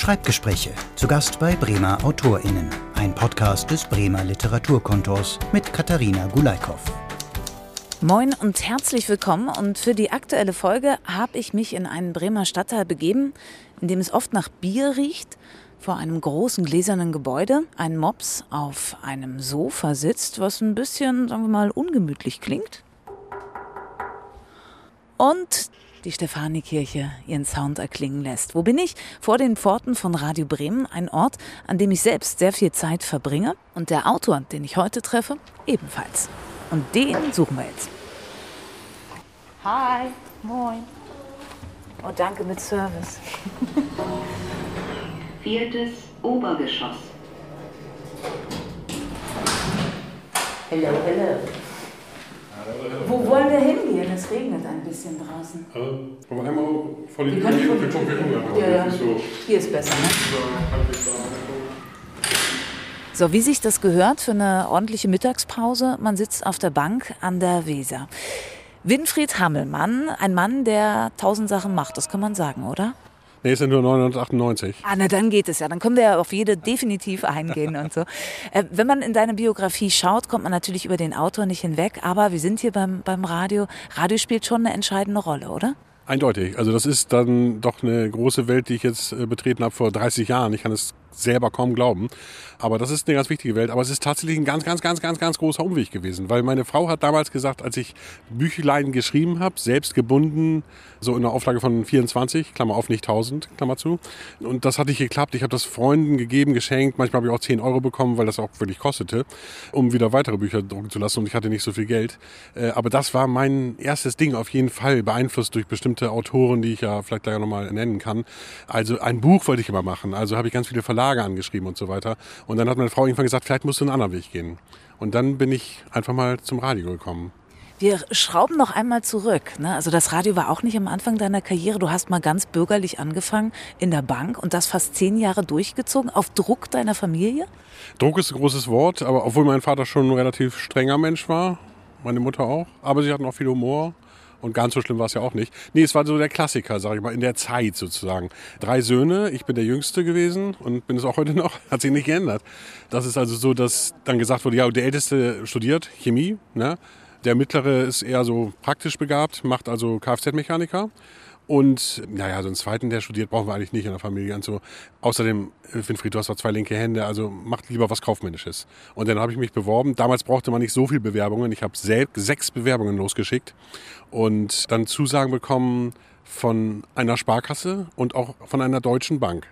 Schreibgespräche, zu Gast bei Bremer AutorInnen. Ein Podcast des Bremer Literaturkontors mit Katharina Gulaikow. Moin und herzlich willkommen. Und für die aktuelle Folge habe ich mich in einen Bremer Stadtteil begeben, in dem es oft nach Bier riecht. Vor einem großen gläsernen Gebäude ein Mops auf einem Sofa sitzt, was ein bisschen, sagen wir mal, ungemütlich klingt. Und die Stephanikirche ihren Sound erklingen lässt. Wo bin ich? Vor den Pforten von Radio Bremen, ein Ort, an dem ich selbst sehr viel Zeit verbringe. Und der Autor, den ich heute treffe, ebenfalls. Und den suchen wir jetzt. Hi, moin. Oh, danke mit Service. 4. Obergeschoss. Hello, hello. Wo wollen wir hingehen? Es regnet ein bisschen draußen. Wollen wir einmal vor die Wir Tür können gehen? vor die Wir kommen Tür. rüber. Ja. So, Hier ist besser, ne? halbwegs da. So, wie sich das gehört für eine ordentliche Mittagspause, man sitzt auf der Bank an der Weser. Winfried Hammelmann, ein Mann, der 1000 Sachen macht, das kann man sagen, oder? Nee, es sind nur 998. Ah, na dann geht es ja. Dann können wir ja auf jede definitiv eingehen und so. Wenn man in deine Biografie schaut, kommt man natürlich über den Autor nicht hinweg. Aber wir sind hier beim Radio. Radio spielt schon eine entscheidende Rolle, oder? Eindeutig. Also das ist dann doch eine große Welt, die ich jetzt betreten habe vor 30 Jahren. Ich kann es selber kaum glauben. Aber das ist eine ganz wichtige Welt. Aber es ist tatsächlich ein ganz großer Umweg gewesen. Weil meine Frau hat damals gesagt, als ich Büchlein geschrieben habe, selbst gebunden, so in einer Auflage von 24, Klammer auf, nicht 1000, Klammer zu. Und das hat nicht geklappt. Ich habe das Freunden gegeben, geschenkt. Manchmal habe ich auch 10 Euro bekommen, weil das auch wirklich kostete, um wieder weitere Bücher drucken zu lassen. Und ich hatte nicht so viel Geld. Aber das war mein erstes Ding auf jeden Fall, beeinflusst durch bestimmte Autoren, die ich ja vielleicht gleich nochmal nennen kann. Also ein Buch wollte ich immer machen. Also habe ich ganz viele Verlage angeschrieben und so weiter. Und dann hat meine Frau irgendwann gesagt, vielleicht musst du einen anderen Weg gehen. Und dann bin ich einfach mal zum Radio gekommen. Wir schrauben noch einmal zurück, ne? Also das Radio war auch nicht am Anfang deiner Karriere. Du hast mal ganz bürgerlich angefangen in der Bank und das fast 10 Jahre durchgezogen, auf Druck deiner Familie? Druck ist ein großes Wort, aber obwohl mein Vater schon ein relativ strenger Mensch war, meine Mutter auch, aber sie hatten auch viel Humor. Und ganz so schlimm war es ja auch nicht. Nee, es war so der Klassiker, sag ich mal, in der Zeit sozusagen. 3 Söhne, ich bin der Jüngste gewesen und bin es auch heute noch, hat sich nicht geändert. Das ist also so, dass dann gesagt wurde, ja, der Älteste studiert Chemie, ne? Der Mittlere ist eher so praktisch begabt, macht also Kfz-Mechaniker. Und naja, so einen Zweiten, der studiert, brauchen wir eigentlich nicht in der Familie. Und so. Außerdem, Winfried, du hast doch 2 linke Hände, also macht lieber was Kaufmännisches. Und dann habe ich mich beworben. Damals brauchte man nicht so viele Bewerbungen. Ich habe selbst 6 Bewerbungen losgeschickt und dann Zusagen bekommen von einer Sparkasse und auch von einer deutschen Bank.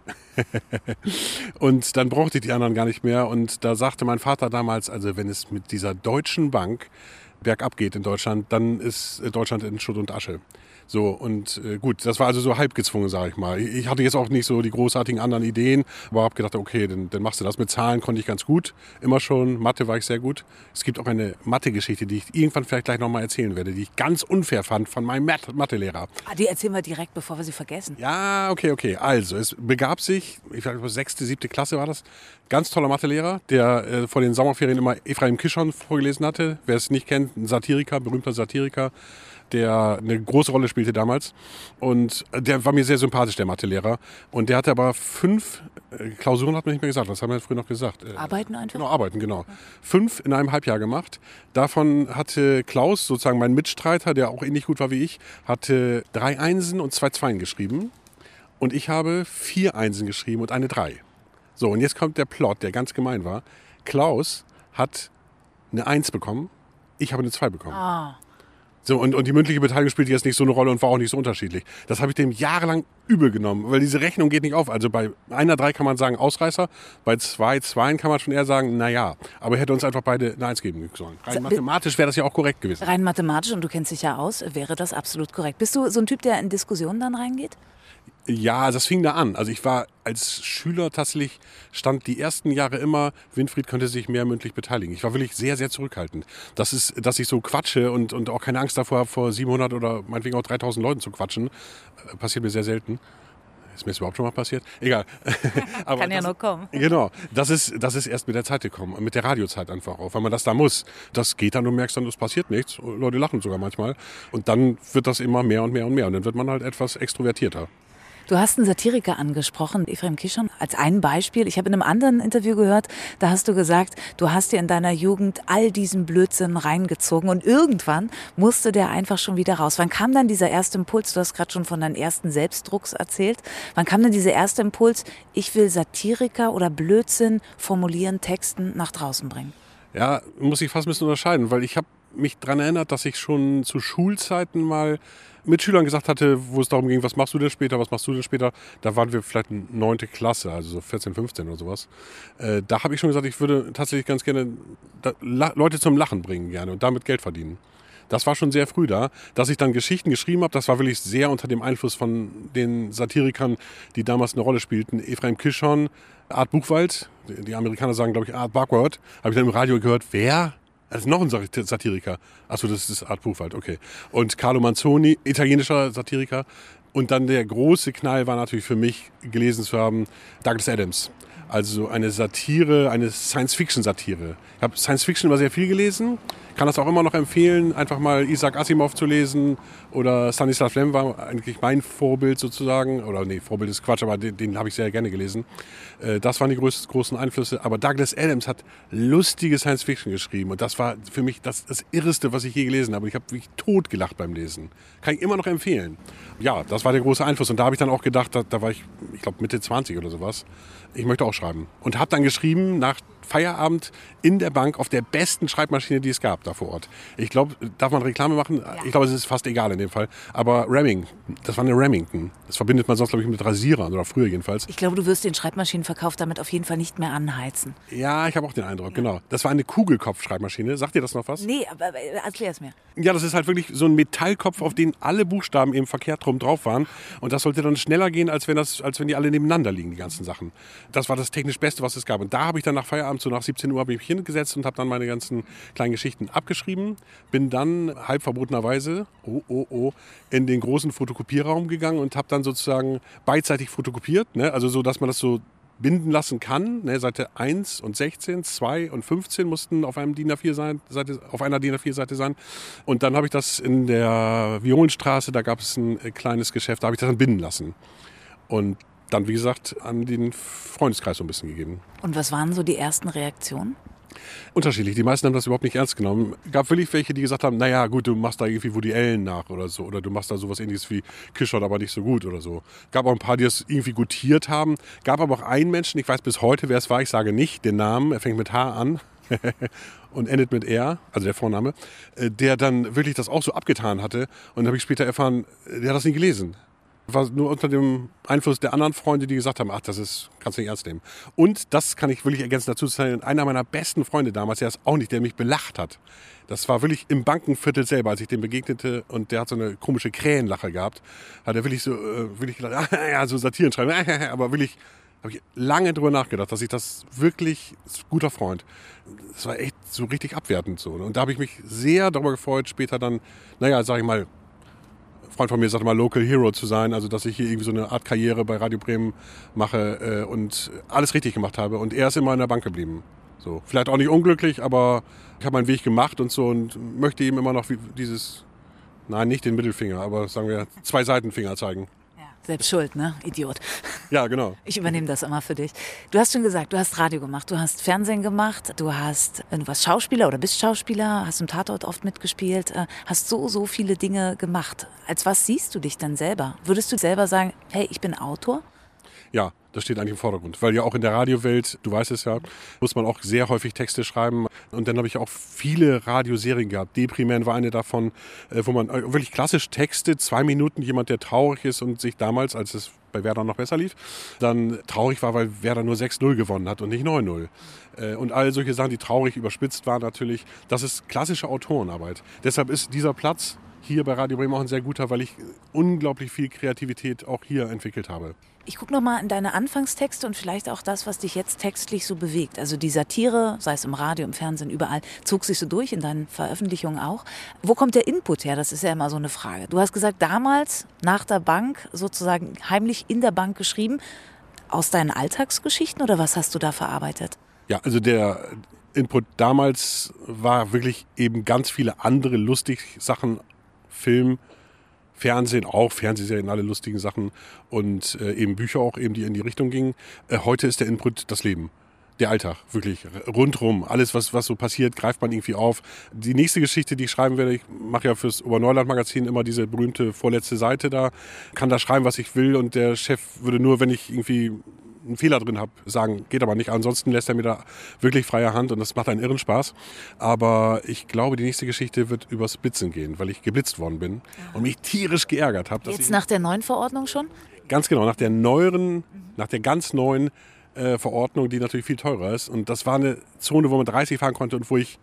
Und dann brauchte ich die anderen gar nicht mehr. Und da sagte mein Vater damals, also wenn es mit dieser deutschen Bank bergab geht in Deutschland, dann ist Deutschland in Schutt und Asche. So, und gut, das war also so halb gezwungen, sage ich mal. Ich hatte jetzt auch nicht so die großartigen anderen Ideen, aber habe gedacht, okay, dann machst du das. Mit Zahlen konnte ich ganz gut, immer schon. Mathe war ich sehr gut. Es gibt auch eine Mathe-Geschichte, die ich irgendwann vielleicht gleich nochmal erzählen werde, die ich ganz unfair fand von meinem Mathelehrer. Ah, die erzählen wir direkt, bevor wir sie vergessen. Ja, okay. Also, es begab sich, ich glaube, 6., 7. Klasse war das, ganz toller Mathelehrer, der vor den Sommerferien immer Ephraim Kishon vorgelesen hatte. Wer es nicht kennt, ein Satiriker, berühmter Satiriker, der eine große Rolle spielte damals. Und der war mir sehr sympathisch, der Mathelehrer. Und der hatte aber 5 Klausuren, hat man nicht mehr gesagt. Was haben wir früher noch gesagt? Arbeiten einfach? Genau, Arbeiten, genau. 5 in einem Halbjahr gemacht. Davon hatte Klaus, sozusagen mein Mitstreiter, der auch ähnlich gut war wie ich, hatte 3 Einsen und 2 Zweien geschrieben. Und ich habe 4 Einsen geschrieben und eine 3. So, und jetzt kommt der Plot, der ganz gemein war. Klaus hat eine 1 bekommen, ich habe eine 2 bekommen. Ah. So, und die mündliche Beteiligung spielte jetzt nicht so eine Rolle und war auch nicht so unterschiedlich. Das habe ich dem jahrelang übel genommen, weil diese Rechnung geht nicht auf. Also bei einer 3 kann man sagen Ausreißer, bei 2 Zweien kann man schon eher sagen, naja. Aber er hätte uns einfach beide eine 1 geben sollen. Rein mathematisch wäre das ja auch korrekt gewesen. Rein mathematisch, und du kennst dich ja aus, wäre das absolut korrekt. Bist du so ein Typ, der in Diskussionen dann reingeht? Ja, das fing da an. Also ich war als Schüler tatsächlich, stand die ersten Jahre immer, Winfried könnte sich mehr mündlich beteiligen. Ich war wirklich sehr, sehr zurückhaltend. Das ist, dass ich so quatsche und auch keine Angst davor habe, vor 700 oder meinetwegen auch 3000 Leuten zu quatschen, passiert mir sehr selten. Ist mir das überhaupt schon mal passiert? Egal. Aber kann ja nur kommen. Genau. Das ist erst mit der Zeit gekommen. Mit der Radiozeit einfach auch. Weil man das da muss. Das geht dann, du merkst dann, es passiert nichts. Leute lachen sogar manchmal. Und dann wird das immer mehr und mehr und mehr. Und dann wird man halt etwas extrovertierter. Du hast einen Satiriker angesprochen, Ephraim Kishon, als ein Beispiel. Ich habe in einem anderen Interview gehört, da hast du gesagt, du hast dir in deiner Jugend all diesen Blödsinn reingezogen und irgendwann musste der einfach schon wieder raus. Wann kam dann dieser erste Impuls? Du hast gerade schon von deinen ersten Selbstdrucks erzählt. Wann kam denn dieser erste Impuls, ich will Satiriker oder Blödsinn formulieren, texten, nach draußen bringen? Ja, muss ich fast ein bisschen unterscheiden, weil ich habe mich daran erinnert, dass ich schon zu Schulzeiten mal mit Schülern gesagt hatte, wo es darum ging, was machst du denn später, was machst du denn später. Da waren wir vielleicht 9. Klasse, also so 14, 15 oder sowas. Da habe ich schon gesagt, ich würde tatsächlich ganz gerne Leute zum Lachen bringen gerne und damit Geld verdienen. Das war schon sehr früh da. Dass ich dann Geschichten geschrieben habe, das war wirklich sehr unter dem Einfluss von den Satirikern, die damals eine Rolle spielten. Ephraim Kishon, Art Buchwald, die Amerikaner sagen, glaube ich, Art Buchwald. Habe ich dann im Radio gehört, wer? Das ist noch ein Satiriker. Achso, das ist Art Buchwald, okay. Und Carlo Manzoni, italienischer Satiriker. Und dann der große Knall war natürlich für mich, gelesen zu haben, Douglas Adams. Also eine Satire, eine Science-Fiction-Satire. Ich habe Science-Fiction immer sehr viel gelesen, kann das auch immer noch empfehlen, einfach mal Isaac Asimov zu lesen oder Stanislav Lem war eigentlich mein Vorbild sozusagen. Oder nee, Vorbild ist Quatsch, aber den habe ich sehr gerne gelesen. Das waren die großen Einflüsse. Aber Douglas Adams hat lustige Science-Fiction geschrieben und das war für mich das Irreste, was ich je gelesen habe. Ich habe wirklich totgelacht beim Lesen. Kann ich immer noch empfehlen. Ja, das war der große Einfluss und da habe ich dann auch gedacht, da war ich glaube Mitte 20 oder sowas. Ich möchte auch schreiben. Und habe dann geschrieben nach Feierabend in der Bank auf der besten Schreibmaschine, die es gab da vor Ort. Ich glaube, darf man Reklame machen? Ja. Ich glaube, es ist fast egal in dem Fall. Aber Remington, das war eine Remington. Das verbindet man sonst, glaube ich, mit Rasierern oder früher jedenfalls. Ich glaube, du wirst den Schreibmaschinenverkauf damit auf jeden Fall nicht mehr anheizen. Ja, ich habe auch den Eindruck, genau. Das war eine Kugelkopf-Schreibmaschine. Sagt dir das noch was? Nee, aber erklär es mir. Ja, das ist halt wirklich so ein Metallkopf, auf den alle Buchstaben eben verkehrt rum drauf waren. Und das sollte dann schneller gehen, als wenn die alle nebeneinander liegen, die ganzen Sachen. Das war das technisch Beste, was es gab. Und da habe ich dann nach Feierabend, so nach 17 Uhr, habe ich mich hingesetzt und habe dann meine ganzen kleinen Geschichten abgeschrieben. Bin dann halb verbotenerweise, in den großen Fotokopierraum gegangen und habe dann sozusagen beidseitig fotokopiert. Ne? Also so, dass man das so binden lassen kann. Ne? Seite 1 und 16, 2 und 15 mussten auf einem DIN A4-Seite, auf einer DIN A4-Seite sein. Und dann habe ich das in der Violenstraße, da gab es ein kleines Geschäft, da habe ich das dann binden lassen. Und dann, wie gesagt, an den Freundeskreis so ein bisschen gegeben. Und was waren so die ersten Reaktionen? Unterschiedlich. Die meisten haben das überhaupt nicht ernst genommen. Es gab wirklich welche, die gesagt haben, naja gut, du machst da irgendwie Woody Allen nach oder so. Oder du machst da sowas ähnliches wie Kishon, aber nicht so gut oder so. Gab auch ein paar, die das irgendwie gutiert haben. Gab aber auch einen Menschen, ich weiß bis heute, wer es war, ich sage nicht den Namen, er fängt mit H an und endet mit R, also der Vorname, der dann wirklich das auch so abgetan hatte. Und dann habe ich später erfahren, der hat das nie gelesen. War nur unter dem Einfluss der anderen Freunde, die gesagt haben, ach, kannst du nicht ernst nehmen. Und das kann ich wirklich ergänzend dazu sagen, einer meiner besten Freunde damals, der ist auch nicht, der mich belacht hat. Das war wirklich im Bankenviertel selber, als ich dem begegnete und der hat so eine komische Krähenlache gehabt, hat er wirklich so, wirklich gedacht, ja, so Satiren schreiben, aber wirklich, habe ich lange drüber nachgedacht, dass ich das wirklich, guter Freund, das war echt so richtig abwertend so. Und da habe ich mich sehr darüber gefreut, später dann, sag ich mal, Freund von mir sagte mal, Local Hero zu sein, also dass ich hier irgendwie so eine Art Karriere bei Radio Bremen mache und alles richtig gemacht habe. Und er ist immer in der Bank geblieben. So, vielleicht auch nicht unglücklich, aber ich habe meinen Weg gemacht und so und möchte ihm immer noch nicht den Mittelfinger, aber sagen wir 2 Seitenfinger zeigen. Selbst schuld, ne? Idiot. Ja, genau. Ich übernehme das immer für dich. Du hast schon gesagt, du hast Radio gemacht, du hast Fernsehen gemacht, du warst Schauspieler oder bist Schauspieler, hast im Tatort oft mitgespielt, hast so viele Dinge gemacht. Als was siehst du dich denn selber? Würdest du selber sagen, hey, ich bin Autor? Ja, das steht eigentlich im Vordergrund. Weil ja auch in der Radiowelt, du weißt es ja, muss man auch sehr häufig Texte schreiben. Und dann habe ich auch viele Radioserien gehabt. Deprimant war eine davon, wo man wirklich klassisch Texte, 2 Minuten, jemand, der traurig ist und sich damals, als es bei Werder noch besser lief, dann traurig war, weil Werder nur 6-0 gewonnen hat und nicht 9-0. Und all solche Sachen, die traurig überspitzt waren natürlich, das ist klassische Autorenarbeit. Deshalb ist dieser Platz hier bei Radio Bremen auch ein sehr guter, weil ich unglaublich viel Kreativität auch hier entwickelt habe. Ich gucke nochmal in deine Anfangstexte und vielleicht auch das, was dich jetzt textlich so bewegt. Also die Satire, sei es im Radio, im Fernsehen, überall, zog sich so durch, in deinen Veröffentlichungen auch. Wo kommt der Input her? Das ist ja immer so eine Frage. Du hast gesagt, damals nach der Bank, sozusagen heimlich in der Bank geschrieben, aus deinen Alltagsgeschichten oder was hast du da verarbeitet? Ja, also der Input damals war wirklich eben ganz viele andere lustige Sachen, Film, Fernsehen auch, Fernsehserien, alle lustigen Sachen und eben Bücher auch, eben die in die Richtung gingen. Heute ist der Input das Leben. Der Alltag, wirklich rundrum. Alles, was so passiert, greift man irgendwie auf. Die nächste Geschichte, die ich schreiben werde, ich mache ja fürs Oberneuland-Magazin immer diese berühmte vorletzte Seite da, kann da schreiben, was ich will und der Chef würde nur, wenn ich irgendwie einen Fehler drin habe, sagen, geht aber nicht. Ansonsten lässt er mir da wirklich freie Hand und das macht einen irren Spaß. Aber ich glaube, die nächste Geschichte wird übers Blitzen gehen, weil ich geblitzt worden bin und mich tierisch geärgert habe. Jetzt nach der neuen Verordnung schon? Ganz genau, nach der ganz neuen Verordnung, die natürlich viel teurer ist. Und das war eine Zone, wo man 30 fahren konnte und wo ich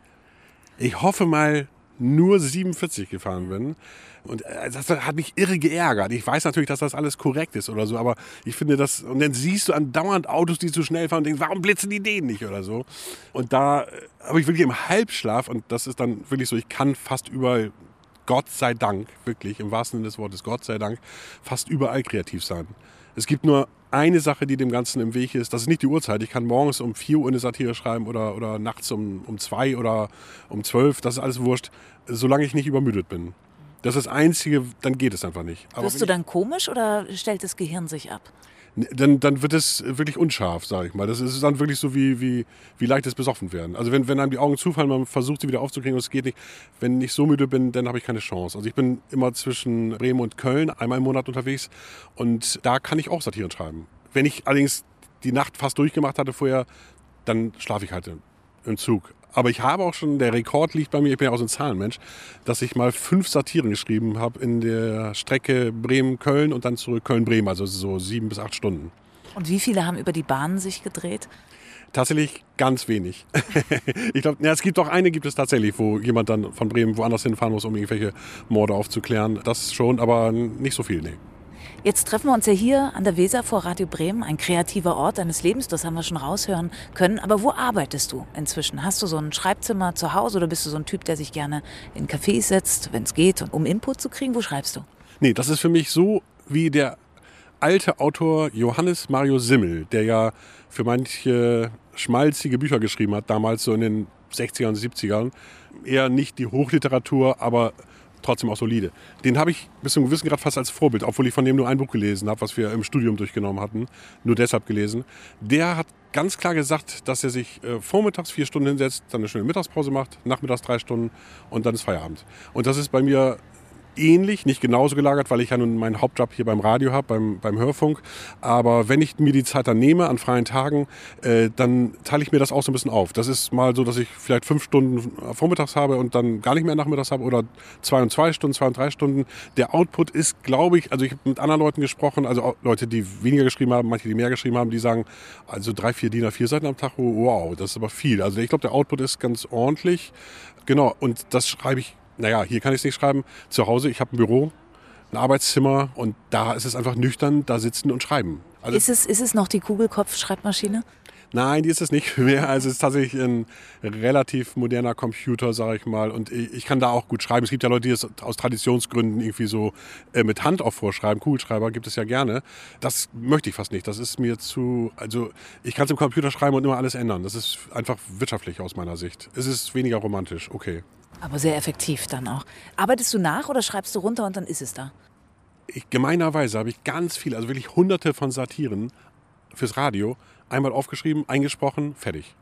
hoffe mal, nur 47 gefahren bin. Und das hat mich irre geärgert. Ich weiß natürlich, dass das alles korrekt ist oder so, aber ich finde das, und dann siehst du andauernd Autos, die zu schnell fahren und denkst, warum blitzen die den nicht oder so? Und da habe ich wirklich im Halbschlaf, und das ist dann wirklich so, ich kann fast überall, Gott sei Dank, wirklich, im wahrsten Sinne des Wortes, Gott sei Dank, fast überall kreativ sein. Es gibt nur eine Sache, die dem Ganzen im Weg ist, das ist nicht die Uhrzeit. Ich kann morgens um 4 Uhr eine Satire schreiben oder nachts um 2 oder um 12, das ist alles wurscht, solange ich nicht übermüdet bin. Das ist das Einzige, dann geht es einfach nicht. Aber Wirst du dann komisch oder stellt das Gehirn sich ab? Dann wird es wirklich unscharf, sage ich mal. Das ist dann wirklich so wie leichtes Besoffenwerden. Also wenn einem die Augen zufallen, man versucht sie wieder aufzukriegen und es geht nicht. Wenn ich so müde bin, dann habe ich keine Chance. Also ich bin immer zwischen Bremen und Köln einmal im Monat unterwegs und da kann ich auch Satiren schreiben. Wenn ich allerdings die Nacht fast durchgemacht hatte vorher, dann schlafe ich halt im Zug. Aber ich habe auch schon, der Rekord liegt bei mir, ich bin ja auch so ein Zahlenmensch, dass ich mal 5 Satiren geschrieben habe in der Strecke Bremen-Köln und dann zurück Köln-Bremen, also so 7 bis 8 Stunden. Und wie viele haben über die Bahnen sich gedreht? Tatsächlich ganz wenig. Ich glaube, es gibt es tatsächlich, wo jemand dann von Bremen woanders hinfahren muss, um irgendwelche Morde aufzuklären. Das schon, aber nicht so viel, nee. Jetzt treffen wir uns ja hier an der Weser vor Radio Bremen, ein kreativer Ort deines Lebens, das haben wir schon raushören können. Aber wo arbeitest du inzwischen? Hast du so ein Schreibzimmer zu Hause oder bist du so ein Typ, der sich gerne in Cafés setzt, wenn es geht, um Input zu kriegen? Wo schreibst du? Nee, das ist für mich so wie der alte Autor Johannes Marius Simmel, der ja für manche schmalzige Bücher geschrieben hat, damals so in den 60er und 70ern. Eher nicht die Hochliteratur, aber trotzdem auch solide. Den habe ich bis zum gewissen Grad fast als Vorbild, obwohl ich von dem nur ein Buch gelesen habe, was wir im Studium durchgenommen hatten, nur deshalb gelesen. Der hat ganz klar gesagt, dass er sich vormittags 4 Stunden hinsetzt, dann eine schöne Mittagspause macht, nachmittags 3 Stunden und dann ist Feierabend. Und das ist bei mir ähnlich, nicht genauso gelagert, weil ich ja nun meinen Hauptjob hier beim Radio habe, beim Hörfunk. Aber wenn ich mir die Zeit dann nehme an freien Tagen, dann teile ich mir das auch so ein bisschen auf. Das ist mal so, dass ich vielleicht 5 Stunden vormittags habe und dann gar nicht mehr nachmittags habe oder 2 und 2 Stunden, 2 und 3 Stunden. Der Output ist, glaube ich, also ich habe mit anderen Leuten gesprochen, also auch Leute, die weniger geschrieben haben, manche, die mehr geschrieben haben, die sagen, also 3, 4 DIN A4 Seiten am Tag, wow, das ist aber viel. Also ich glaube, der Output ist ganz ordentlich. Genau, und das schreibe ich. Naja, hier kann ich es nicht schreiben. Zu Hause, ich habe ein Büro, ein Arbeitszimmer und da ist es einfach nüchtern, da sitzen und schreiben. Also ist es noch die Kugelkopf-Schreibmaschine? Nein, die ist es nicht mehr. Also es ist tatsächlich ein relativ moderner Computer, sage ich mal. Und ich kann da auch gut schreiben. Es gibt ja Leute, die es aus Traditionsgründen irgendwie so mit Hand auch vorschreiben. Kugelschreiber gibt es ja gerne. Das möchte ich fast nicht. Das ist mir also ich kann es im Computer schreiben und immer alles ändern. Das ist einfach wirtschaftlich aus meiner Sicht. Es ist weniger romantisch, okay. Aber sehr effektiv dann auch. Arbeitest du nach oder schreibst du runter und dann ist es da? Gemeinerweise habe ich ganz viele, also wirklich hunderte von Satiren fürs Radio einmal aufgeschrieben, eingesprochen, fertig.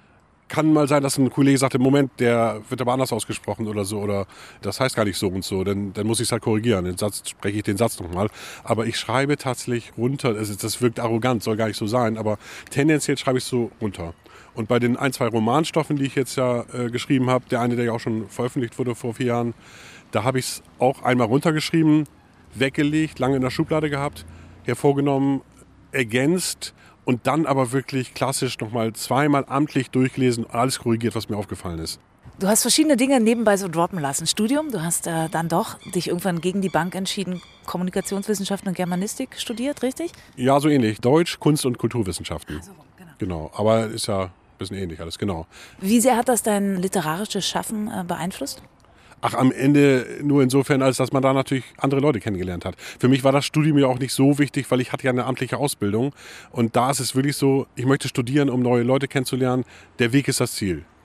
Kann mal sein, dass ein Kollege sagt, im Moment, der wird aber anders ausgesprochen oder so, oder das heißt gar nicht so und so, dann muss ich es halt korrigieren, spreche ich den Satz nochmal. Aber ich schreibe tatsächlich runter, das wirkt arrogant, soll gar nicht so sein, aber tendenziell schreibe ich es so runter. Und bei den 1, 2 Romanstoffen, die ich jetzt ja geschrieben habe, der eine, der ja auch schon veröffentlicht wurde vor 4 Jahren, da habe ich es auch einmal runtergeschrieben, weggelegt, lange in der Schublade gehabt, hervorgenommen, ergänzt und dann aber wirklich klassisch nochmal 2-mal amtlich durchgelesen und alles korrigiert, was mir aufgefallen ist. Du hast verschiedene Dinge nebenbei so droppen lassen. Studium, du hast dann doch dich irgendwann gegen die Bank entschieden, Kommunikationswissenschaften und Germanistik studiert, richtig? Ja, so ähnlich. Deutsch, Kunst- und Kulturwissenschaften. So, genau. Genau, aber ist ja ein bisschen ähnlich alles, genau. Wie sehr hat das dein literarisches Schaffen beeinflusst? Ach, am Ende nur insofern, als dass man da natürlich andere Leute kennengelernt hat. Für mich war das Studium ja auch nicht so wichtig, weil ich hatte ja eine amtliche Ausbildung. Und da ist es wirklich so, ich möchte studieren, um neue Leute kennenzulernen. Der Weg ist das Ziel.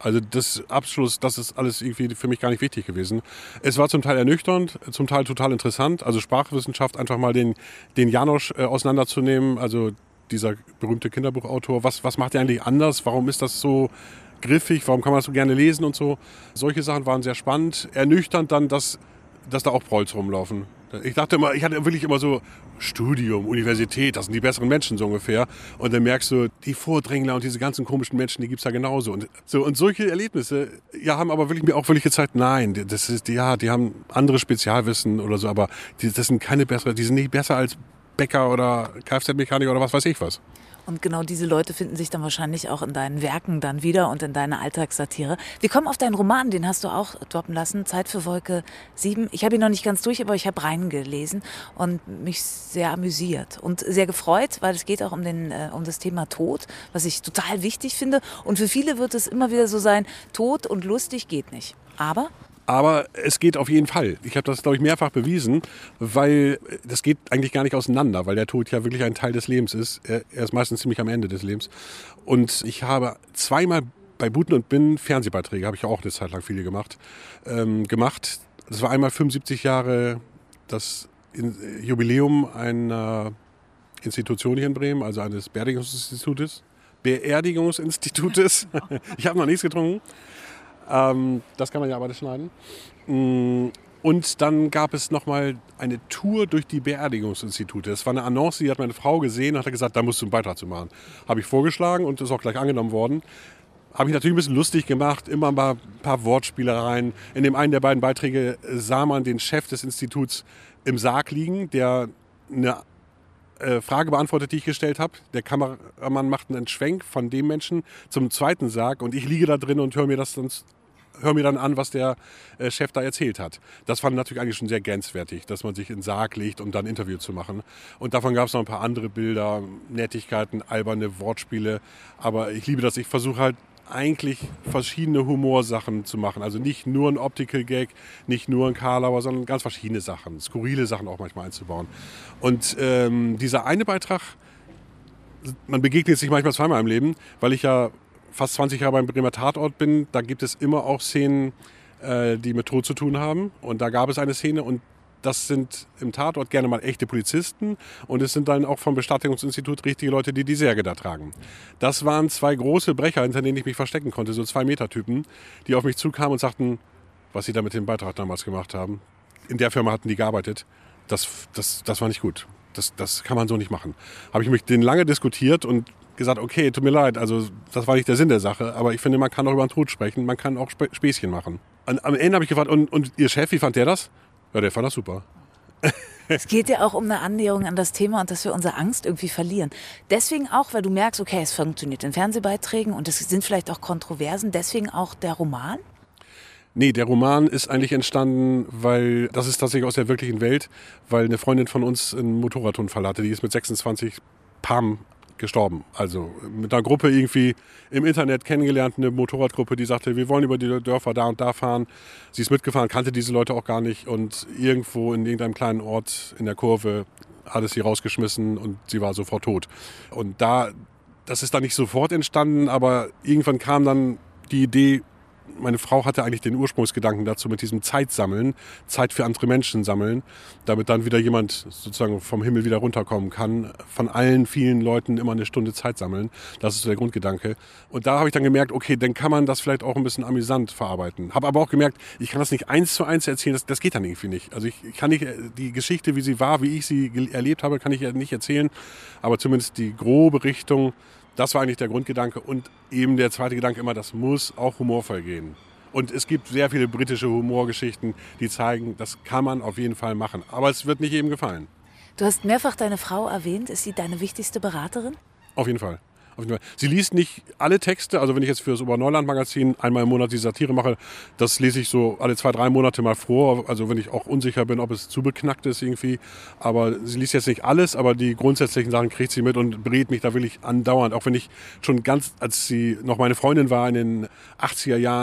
Also das Abschluss, das ist alles irgendwie für mich gar nicht wichtig gewesen. Es war zum Teil ernüchternd, zum Teil total interessant. Also Sprachwissenschaft, einfach mal den Janosch auseinanderzunehmen, also dieser berühmte Kinderbuchautor. Was macht er eigentlich anders? Warum ist das so griffig? Warum kann man das so gerne lesen und so? Solche Sachen waren sehr spannend. Ernüchternd dann, dass da auch Prolls rumlaufen. Ich dachte immer, ich hatte wirklich immer so Studium, Universität, das sind die besseren Menschen so ungefähr. Und dann merkst du, die Vordringler und diese ganzen komischen Menschen, die gibt's da genauso. Und solche Erlebnisse, ja, haben aber mir auch wirklich gezeigt, nein, die haben andere Spezialwissen oder so, aber das sind keine bessere, die sind nicht besser als Bäcker oder Kfz-Mechaniker oder was weiß ich was. Und genau diese Leute finden sich dann wahrscheinlich auch in deinen Werken dann wieder und in deiner Alltagssatire. Wir kommen auf deinen Roman, den hast du auch droppen lassen, Zeit für Wolke 7. Ich habe ihn noch nicht ganz durch, aber ich habe reingelesen und mich sehr amüsiert und sehr gefreut, weil es geht auch um das Thema Tod, was ich total wichtig finde. Und für viele wird es immer wieder so sein, Tod und lustig geht nicht. Aber es geht auf jeden Fall. Ich habe das, glaube ich, mehrfach bewiesen, weil das geht eigentlich gar nicht auseinander, weil der Tod ja wirklich ein Teil des Lebens ist. Er ist meistens ziemlich am Ende des Lebens. Und ich habe zweimal bei Buten und Binnen Fernsehbeiträge, habe ich auch eine Zeit lang viele gemacht. Das war einmal 75 Jahre das Jubiläum einer Institution hier in Bremen, also eines Beerdigungsinstitutes. Ich habe noch nichts getrunken. Das kann man ja aber nicht schneiden. Und dann gab es nochmal eine Tour durch die Beerdigungsinstitute. Das war eine Annonce, die hat meine Frau gesehen und hat gesagt, da musst du einen Beitrag zu machen. Habe ich vorgeschlagen und ist auch gleich angenommen worden. Habe ich natürlich ein bisschen lustig gemacht, immer mal ein paar Wortspielereien. In dem einen der beiden Beiträge sah man den Chef des Instituts im Sarg liegen, der eine Frage beantwortet, die ich gestellt habe. Der Kameramann macht einen Schwenk von dem Menschen zum zweiten Sarg und ich liege da drin und höre mir dann an, was der Chef da erzählt hat. Das fand ich natürlich eigentlich schon sehr grenzwertig, dass man sich in den Sarg legt, um dann ein Interview zu machen. Und davon gab es noch ein paar andere Bilder, Nettigkeiten, alberne Wortspiele. Aber ich liebe das. Ich versuche halt eigentlich verschiedene Humorsachen zu machen. Also nicht nur ein Optical Gag, nicht nur ein Karlauer, sondern ganz verschiedene Sachen, skurrile Sachen auch manchmal einzubauen. Und dieser eine Beitrag, man begegnet sich manchmal zweimal im Leben, weil ich ja fast 20 Jahre beim Bremer Tatort bin. Da gibt es immer auch Szenen, die mit Tod zu tun haben. Und da gab es eine Szene und das sind im Tatort gerne mal echte Polizisten und es sind dann auch vom Bestattungsinstitut richtige Leute, die die Särge da tragen. Das waren zwei große Brecher, hinter denen ich mich verstecken konnte, so 2-Meter-Typen, die auf mich zukamen und sagten, was sie da mit dem Beitrag damals gemacht haben. In der Firma hatten die gearbeitet. Das war nicht gut. Das kann man so nicht machen. Habe ich mich denen lange diskutiert und gesagt, okay, tut mir leid, also das war nicht der Sinn der Sache, aber ich finde, man kann auch über den Tod sprechen, man kann auch Späßchen machen. Und am Ende habe ich gefragt, und Ihr Chef, wie fand der das? Ja, der fand das super. Es geht ja auch um eine Annäherung an das Thema und dass wir unsere Angst irgendwie verlieren. Deswegen auch, weil du merkst, okay, es funktioniert in Fernsehbeiträgen und es sind vielleicht auch Kontroversen, deswegen auch der Roman? Nee, der Roman ist eigentlich entstanden, weil das ist tatsächlich aus der wirklichen Welt, weil eine Freundin von uns einen Motorradunfall hatte, die ist mit 26 gestorben. Also mit einer Gruppe irgendwie im Internet kennengelernt, eine Motorradgruppe, die sagte, wir wollen über die Dörfer da und da fahren. Sie ist mitgefahren, kannte diese Leute auch gar nicht und irgendwo in irgendeinem kleinen Ort in der Kurve hat es sie rausgeschmissen und sie war sofort tot. Und das ist dann nicht sofort entstanden, aber irgendwann kam dann die Idee, meine Frau hatte eigentlich den Ursprungsgedanken dazu mit diesem Zeitsammeln, Zeit für andere Menschen sammeln, damit dann wieder jemand sozusagen vom Himmel wieder runterkommen kann, von allen vielen Leuten immer eine Stunde Zeit sammeln. Das ist so der Grundgedanke. Und da habe ich dann gemerkt, okay, dann kann man das vielleicht auch ein bisschen amüsant verarbeiten. Habe aber auch gemerkt, ich kann das nicht 1:1 erzählen, das geht dann irgendwie nicht. Also ich kann nicht die Geschichte, wie sie war, wie ich sie erlebt habe, kann ich ja nicht erzählen, aber zumindest die grobe Richtung. Das war eigentlich der Grundgedanke und eben der zweite Gedanke immer, das muss auch humorvoll gehen. Und es gibt sehr viele britische Humorgeschichten, die zeigen, das kann man auf jeden Fall machen. Aber es wird nicht jedem gefallen. Du hast mehrfach deine Frau erwähnt. Ist sie deine wichtigste Beraterin? Auf jeden Fall. Sie liest nicht alle Texte, also wenn ich jetzt für das Oberneuland-Magazin einmal im Monat die Satire mache, das lese ich so alle 2-3 Monate mal vor, also wenn ich auch unsicher bin, ob es zu beknackt ist irgendwie. Aber sie liest jetzt nicht alles, aber die grundsätzlichen Sachen kriegt sie mit und berät mich da wirklich andauernd. Auch wenn ich schon als sie noch meine Freundin war in den 80er Jahren,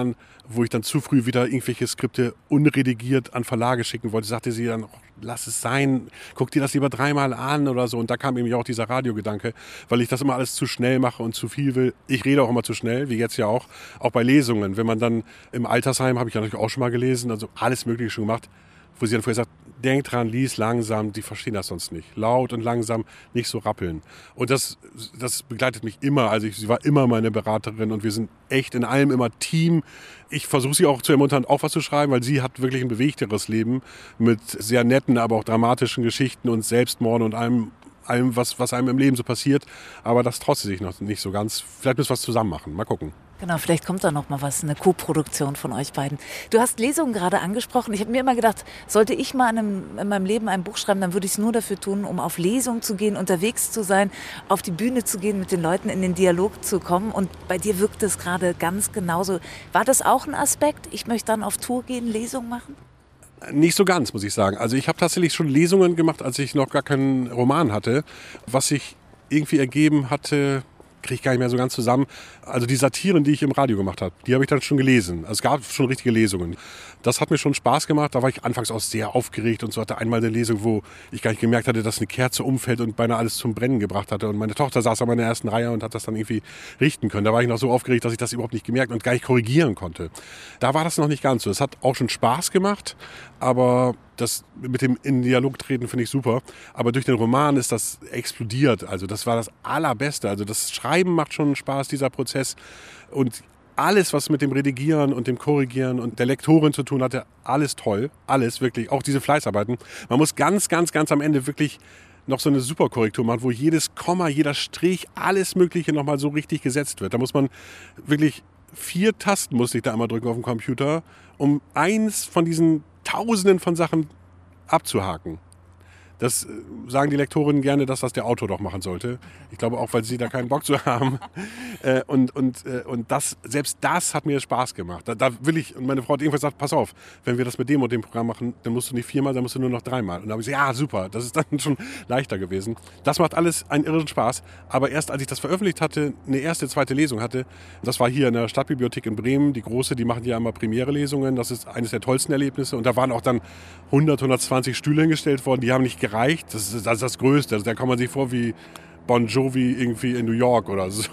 wo ich dann zu früh wieder irgendwelche Skripte unredigiert an Verlage schicken wollte, sagte sie dann, lass es sein, guck dir das lieber 3-mal an oder so. Und da kam eben auch dieser Radiogedanke, weil ich das immer alles zu schnell mache und zu viel will. Ich rede auch immer zu schnell, wie jetzt ja auch bei Lesungen. Wenn man dann im Altersheim, habe ich ja natürlich auch schon mal gelesen, also alles Mögliche schon gemacht, wo sie dann vorher sagt, denk dran, lies langsam, die verstehen das sonst nicht. Laut und langsam, nicht so rappeln. Und das begleitet mich immer. Also sie war immer meine Beraterin und wir sind echt in allem immer Team. Ich versuche sie auch zu ermuntern, auch was zu schreiben, weil sie hat wirklich ein bewegteres Leben mit sehr netten, aber auch dramatischen Geschichten und Selbstmorden und allem, was einem im Leben so passiert. Aber das traut sie sich noch nicht so ganz. Vielleicht müssen wir was zusammen machen. Mal gucken. Genau, vielleicht kommt da noch mal was, eine Co-Produktion von euch beiden. Du hast Lesungen gerade angesprochen. Ich habe mir immer gedacht, sollte ich mal in meinem Leben ein Buch schreiben, dann würde ich es nur dafür tun, um auf Lesungen zu gehen, unterwegs zu sein, auf die Bühne zu gehen, mit den Leuten in den Dialog zu kommen. Und bei dir wirkt es gerade ganz genauso. War das auch ein Aspekt? Ich möchte dann auf Tour gehen, Lesungen machen? Nicht so ganz, muss ich sagen. Also ich habe tatsächlich schon Lesungen gemacht, als ich noch gar keinen Roman hatte. Was sich irgendwie ergeben hatte, kriege ich gar nicht mehr so ganz zusammen. Also die Satiren, die ich im Radio gemacht habe, die habe ich dann schon gelesen. Also es gab schon richtige Lesungen. Das hat mir schon Spaß gemacht. Da war ich anfangs auch sehr aufgeregt und so. Hatte einmal eine Lesung, wo ich gar nicht gemerkt hatte, dass eine Kerze umfällt und beinahe alles zum Brennen gebracht hatte. Und meine Tochter saß aber in der ersten Reihe und hat das dann irgendwie richten können. Da war ich noch so aufgeregt, dass ich das überhaupt nicht gemerkt und gar nicht korrigieren konnte. Da war das noch nicht ganz so. Es hat auch schon Spaß gemacht, aber das mit dem in Dialog treten finde ich super. Aber durch den Roman ist das explodiert. Also das war das Allerbeste. Also das Schreiben macht schon Spaß, dieser Prozess. Und alles, was mit dem Redigieren und dem Korrigieren und der Lektorin zu tun hatte, alles toll. Alles, wirklich. Auch diese Fleißarbeiten. Man muss ganz, ganz, ganz am Ende wirklich noch so eine Superkorrektur machen, wo jedes Komma, jeder Strich, alles Mögliche nochmal so richtig gesetzt wird. Da muss man wirklich 4 Tasten musste ich da einmal drücken auf dem Computer, um eins von diesen Tausenden von Sachen abzuhaken. Das sagen die Lektorinnen gerne, dass das der Autor doch machen sollte. Ich glaube auch, weil sie da keinen Bock zu haben. Und das, selbst das hat mir Spaß gemacht. Da will ich, und meine Frau hat irgendwann gesagt, pass auf, wenn wir das mit dem und dem Programm machen, dann musst du nicht 4-mal, dann musst du nur noch 3-mal. Und da habe ich gesagt, ja, super, das ist dann schon leichter gewesen. Das macht alles einen irren Spaß. Aber erst als ich das veröffentlicht hatte, eine erste, zweite Lesung hatte, das war hier in der Stadtbibliothek in Bremen, die große, die machen ja immer Premiere-Lesungen. Das ist eines der tollsten Erlebnisse. Und da waren auch dann 120 Stühle hingestellt worden, die haben nicht gereicht. Das ist das Größte. Also da kommt man sich vor wie Bon Jovi irgendwie in New York oder so.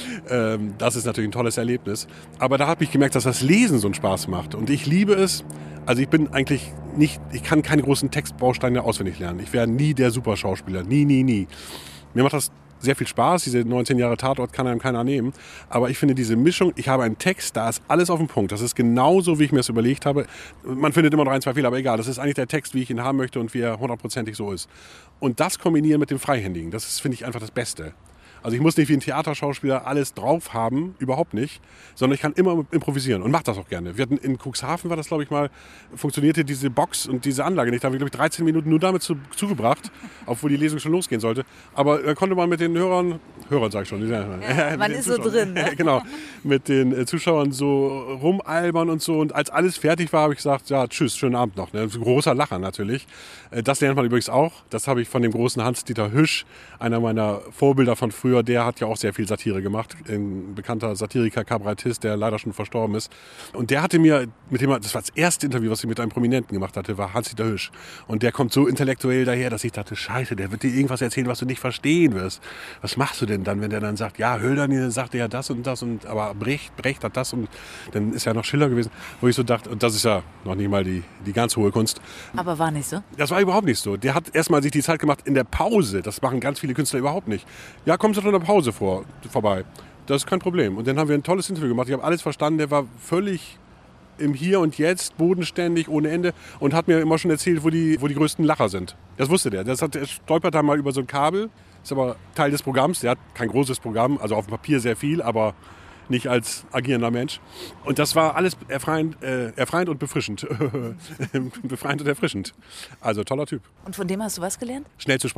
Das ist natürlich ein tolles Erlebnis. Aber da habe ich gemerkt, dass das Lesen so einen Spaß macht. Und ich liebe es. Also ich bin eigentlich nicht, ich kann keine großen Textbausteine auswendig lernen. Ich wäre nie der Superschauspieler. Nie. Mir macht das sehr viel Spaß. Diese 19 Jahre Tatort kann einem keiner nehmen. Aber ich finde diese Mischung, ich habe einen Text, da ist alles auf dem Punkt. Das ist genauso, wie ich mir das überlegt habe. Man findet immer noch 1, 2 Fehler, aber egal. Das ist eigentlich der Text, wie ich ihn haben möchte und wie er 100%ig so ist. Und das kombinieren mit dem Freihändigen, das ist, finde ich, einfach das Beste. Also ich muss nicht wie ein Theaterschauspieler alles drauf haben, überhaupt nicht, sondern ich kann immer improvisieren und mache das auch gerne. Wir hatten in Cuxhaven, war das glaube ich mal, funktionierte diese Box und diese Anlage nicht. Da haben wir glaube ich 13 Minuten nur damit zugebracht, obwohl die Lesung schon losgehen sollte. Aber konnte man mit den Hörern sage ich schon. Ja, man ist so drin. Ne? Genau, mit den Zuschauern so rumalbern und so. Und als alles fertig war, habe ich gesagt, ja tschüss, schönen Abend noch. Ne? Großer Lacher natürlich. Das lernt man übrigens auch. Das habe ich von dem großen Hans-Dieter Hüsch, einer meiner Vorbilder von früher. Der hat ja auch sehr viel Satire gemacht. Ein bekannter Satiriker, Kabarettist, der leider schon verstorben ist. Und der hatte mir, das war das erste Interview, was ich mit einem Prominenten gemacht hatte, war Hans-Dieter Hüsch. Und der kommt so intellektuell daher, dass ich dachte, scheiße, der wird dir irgendwas erzählen, was du nicht verstehen wirst. Was machst du denn dann, wenn der dann sagt, ja, Hölderlin sagte ja das und das, aber Brecht hat das und dann ist ja noch Schiller gewesen. Wo ich so dachte, und das ist ja noch nicht mal die ganz hohe Kunst. Aber war nicht so? Das war überhaupt nicht so. Der hat erstmal sich die Zeit gemacht in der Pause. Das machen ganz viele Künstler überhaupt nicht. Ja, kommst du doch in der Pause vorbei. Das ist kein Problem. Und dann haben wir ein tolles Interview gemacht. Ich habe alles verstanden. Der war völlig im Hier und Jetzt, bodenständig, ohne Ende und hat mir immer schon erzählt, wo die größten Lacher sind. Das wusste der. Der stolpert da mal über so ein Kabel. Ist aber Teil des Programms. Der hat kein großes Programm, also auf dem Papier sehr viel, aber nicht als agierender Mensch. Und das war alles erfreuend und befrischend. Befreiend und erfrischend. Also toller Typ. Und von dem hast du was gelernt? Schnell zu sprechen.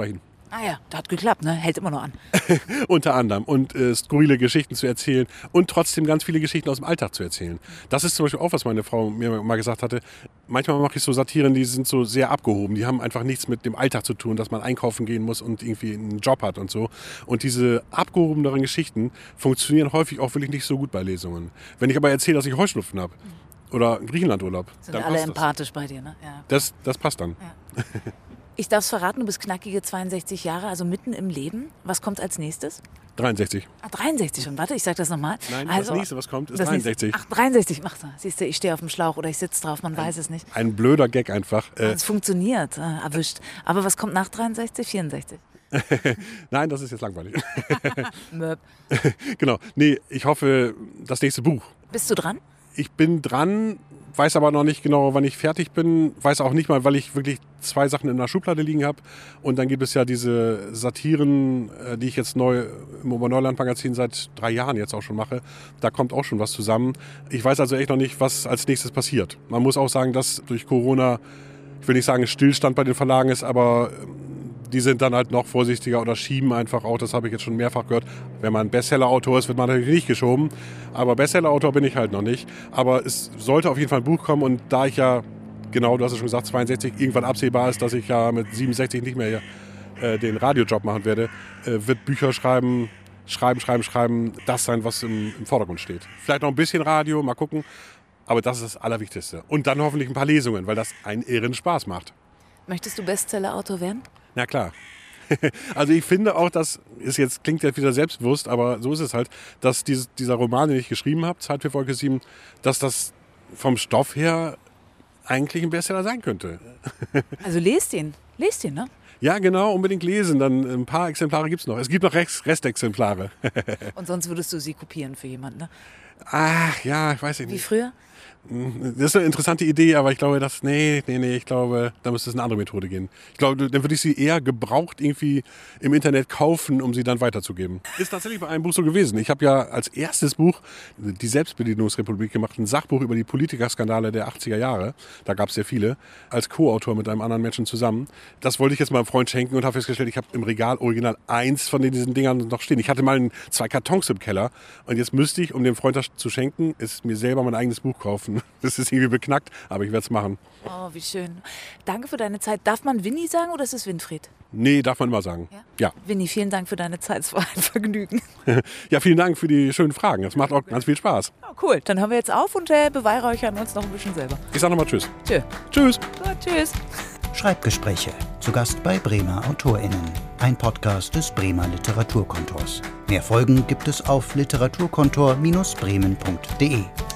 Ah ja, das hat geklappt, ne? Hält immer noch an. Unter anderem. Und skurrile Geschichten zu erzählen und trotzdem ganz viele Geschichten aus dem Alltag zu erzählen. Das ist zum Beispiel auch, was meine Frau mir mal gesagt hatte. Manchmal mache ich so Satiren, die sind so sehr abgehoben. Die haben einfach nichts mit dem Alltag zu tun, dass man einkaufen gehen muss und irgendwie einen Job hat und so. Und diese abgehobeneren Geschichten funktionieren häufig auch wirklich nicht so gut bei Lesungen. Wenn ich aber erzähle, dass ich Heuschnupfen habe oder Griechenlandurlaub, Sind dann alle passt empathisch bei dir, ne? Ja. das. Das passt dann. Ja. Ich darf es verraten, du bist knackige 62 Jahre, also mitten im Leben. Was kommt als nächstes? 63. 63 schon. Warte, ich sag das nochmal. Nein, also, das nächste, was kommt, ist das 63. Ach, 63. Ach, siehst du, ich stehe auf dem Schlauch oder ich sitze drauf, man weiß es nicht. Ein blöder Gag einfach. Es funktioniert, erwischt. Aber was kommt nach 63? 64? Nein, das ist jetzt langweilig. Möp. Genau. Nee, ich hoffe, das nächste Buch. Bist du dran? Ich bin dran, weiß aber noch nicht genau, wann ich fertig bin. Weiß auch nicht mal, weil ich wirklich 2 Sachen in der Schublade liegen habe. Und dann gibt es ja diese Satiren, die ich jetzt neu im Oberneuland-Magazin seit 3 Jahren jetzt auch schon mache. Da kommt auch schon was zusammen. Ich weiß also echt noch nicht, was als nächstes passiert. Man muss auch sagen, dass durch Corona, ich will nicht sagen, Stillstand bei den Verlagen ist, aber die sind dann halt noch vorsichtiger oder schieben einfach auch, das habe ich jetzt schon mehrfach gehört. Wenn man Bestseller-Autor ist, wird man natürlich nicht geschoben. Aber Bestseller-Autor bin ich halt noch nicht. Aber es sollte auf jeden Fall ein Buch kommen. Und da ich ja, genau, du hast es schon gesagt, 62, irgendwann absehbar ist, dass ich ja mit 67 nicht mehr den Radiojob machen werde, wird Bücher schreiben, das sein, was im Vordergrund steht. Vielleicht noch ein bisschen Radio, mal gucken. Aber das ist das Allerwichtigste. Und dann hoffentlich ein paar Lesungen, weil das einen irren Spaß macht. Möchtest du Bestseller-Autor werden? Na klar. Also ich finde auch, das ist jetzt, klingt ja wieder selbstbewusst, aber so ist es halt, dass dieser Roman, den ich geschrieben habe, Zeit für Wolke 7, dass das vom Stoff her eigentlich ein Bestseller sein könnte. Also lest ihn, ne? Ja, genau, unbedingt lesen. Dann ein paar Exemplare gibt es noch. Es gibt noch Restexemplare. Und sonst würdest du sie kopieren für jemanden, ne? Ach ja, ich weiß nicht. Wie früher? Das ist eine interessante Idee, aber ich glaube, ich glaube, da müsste es eine andere Methode gehen. Ich glaube, dann würde ich sie eher gebraucht irgendwie im Internet kaufen, um sie dann weiterzugeben. Ist tatsächlich bei einem Buch so gewesen. Ich habe ja als erstes Buch die Selbstbedienungsrepublik gemacht, ein Sachbuch über die Politikerskandale der 80er Jahre. Da gab es sehr viele, als Co-Autor mit einem anderen Menschen zusammen. Das wollte ich jetzt meinem Freund schenken und habe festgestellt, ich habe im Regal original 1 von diesen Dingern noch stehen. Ich hatte mal 2 Kartons im Keller und jetzt müsste ich, um dem Freund das zu schenken, mir selber mein eigenes Buch kaufen. Das ist irgendwie beknackt, aber ich werde es machen. Oh, wie schön. Danke für deine Zeit. Darf man Winnie sagen oder ist es Winfried? Nee, darf man immer sagen. Ja. Winnie, vielen Dank für deine Zeit. Es war ein Vergnügen. Ja, vielen Dank für die schönen Fragen. Das macht auch ganz viel Spaß. Oh, cool. Dann hören wir jetzt auf und beweihräuchern uns noch ein bisschen selber. Ich sag nochmal Tschüss. Tschüss. Tschüss. Schreibgespräche. Zu Gast bei Bremer AutorInnen. Ein Podcast des Bremer Literaturkontors. Mehr Folgen gibt es auf literaturkontor-bremen.de.